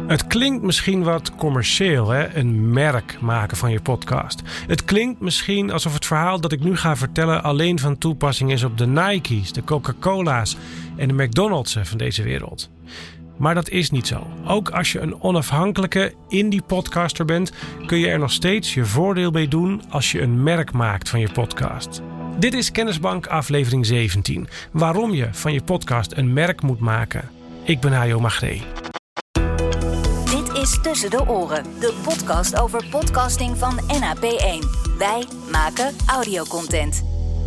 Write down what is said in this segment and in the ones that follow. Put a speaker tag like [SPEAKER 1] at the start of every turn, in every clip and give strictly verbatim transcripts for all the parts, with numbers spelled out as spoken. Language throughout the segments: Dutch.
[SPEAKER 1] Het klinkt misschien wat commercieel, hè? Een merk maken van je podcast. Het klinkt misschien alsof het verhaal dat ik nu ga vertellen alleen van toepassing is op de Nike's, de Coca-Cola's en de McDonald's van deze wereld. Maar dat is niet zo. Ook als je een onafhankelijke indie podcaster bent, kun je er nog steeds je voordeel mee doen als je een merk maakt van je podcast. Dit is Kennisbank aflevering zeventien. Waarom je van je podcast een merk moet maken. Ik ben Hajo Magree.
[SPEAKER 2] Dit is Tussen de Oren, de podcast over podcasting van N A P één. Wij maken audiocontent.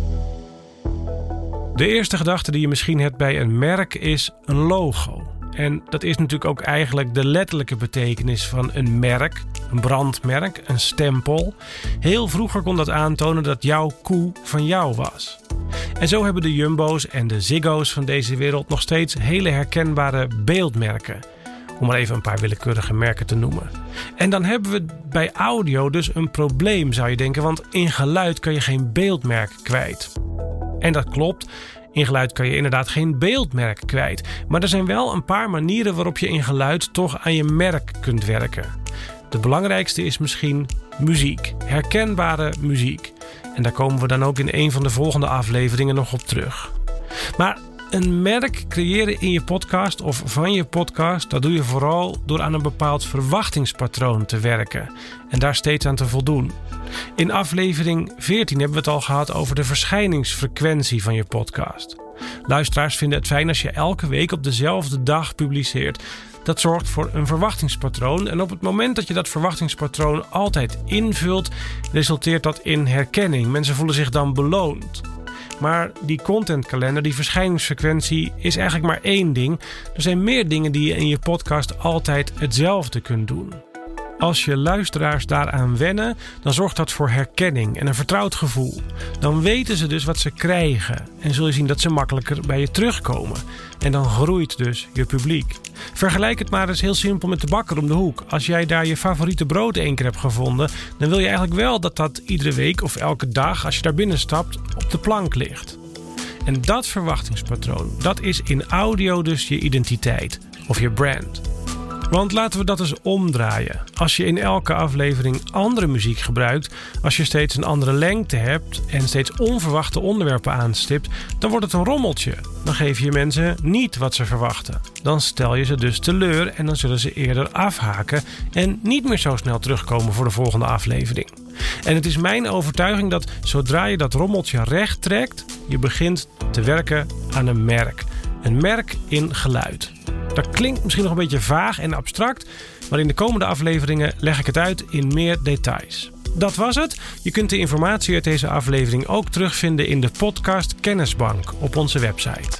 [SPEAKER 1] De eerste gedachte die je misschien hebt bij een merk is een logo. En dat is natuurlijk ook eigenlijk de letterlijke betekenis van een merk, een brandmerk, een stempel. Heel vroeger kon dat aantonen dat jouw koe van jou was. En zo hebben de Jumbo's en de Ziggo's van deze wereld nog steeds hele herkenbare beeldmerken. Om maar even een paar willekeurige merken te noemen. En dan hebben we bij audio dus een probleem, zou je denken, want in geluid kan je geen beeldmerk kwijt. En dat klopt. In geluid kan je inderdaad geen beeldmerk kwijt. Maar er zijn wel een paar manieren waarop je in geluid toch aan je merk kunt werken. De belangrijkste is misschien muziek. Herkenbare muziek. En daar komen we dan ook in een van de volgende afleveringen nog op terug. Maar een merk creëren in je podcast of van je podcast, dat doe je vooral door aan een bepaald verwachtingspatroon te werken. En daar steeds aan te voldoen. In aflevering veertien hebben we het al gehad over de verschijningsfrequentie van je podcast. Luisteraars vinden het fijn als je elke week op dezelfde dag publiceert. Dat zorgt voor een verwachtingspatroon en op het moment dat je dat verwachtingspatroon altijd invult, resulteert dat in herkenning. Mensen voelen zich dan beloond. Maar die contentkalender, die verschijningsfrequentie, is eigenlijk maar één ding. Er zijn meer dingen die je in je podcast altijd hetzelfde kunt doen. Als je luisteraars daaraan wennen, dan zorgt dat voor herkenning en een vertrouwd gevoel. Dan weten ze dus wat ze krijgen en zul je zien dat ze makkelijker bij je terugkomen. En dan groeit dus je publiek. Vergelijk het maar eens heel simpel met de bakker om de hoek. Als jij daar je favoriete brood één keer hebt gevonden, dan wil je eigenlijk wel dat dat iedere week of elke dag, als je daar binnen stapt, op de plank ligt. En dat verwachtingspatroon, dat is in audio dus je identiteit of je brand. Want laten we dat eens omdraaien. Als je in elke aflevering andere muziek gebruikt, als je steeds een andere lengte hebt en steeds onverwachte onderwerpen aanstipt, dan wordt het een rommeltje. Dan geef je mensen niet wat ze verwachten. Dan stel je ze dus teleur en dan zullen ze eerder afhaken en niet meer zo snel terugkomen voor de volgende aflevering. En het is mijn overtuiging dat zodra je dat rommeltje recht trekt, je begint te werken aan een merk. Een merk in geluid. Dat klinkt misschien nog een beetje vaag en abstract, maar in de komende afleveringen leg ik het uit in meer details. Dat was het. Je kunt de informatie uit deze aflevering ook terugvinden in de podcast Kennisbank op onze website.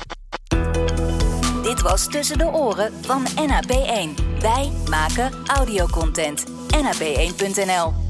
[SPEAKER 2] Dit was Tussen de Oren van N A P één. Wij maken audiocontent. N A P één punt N L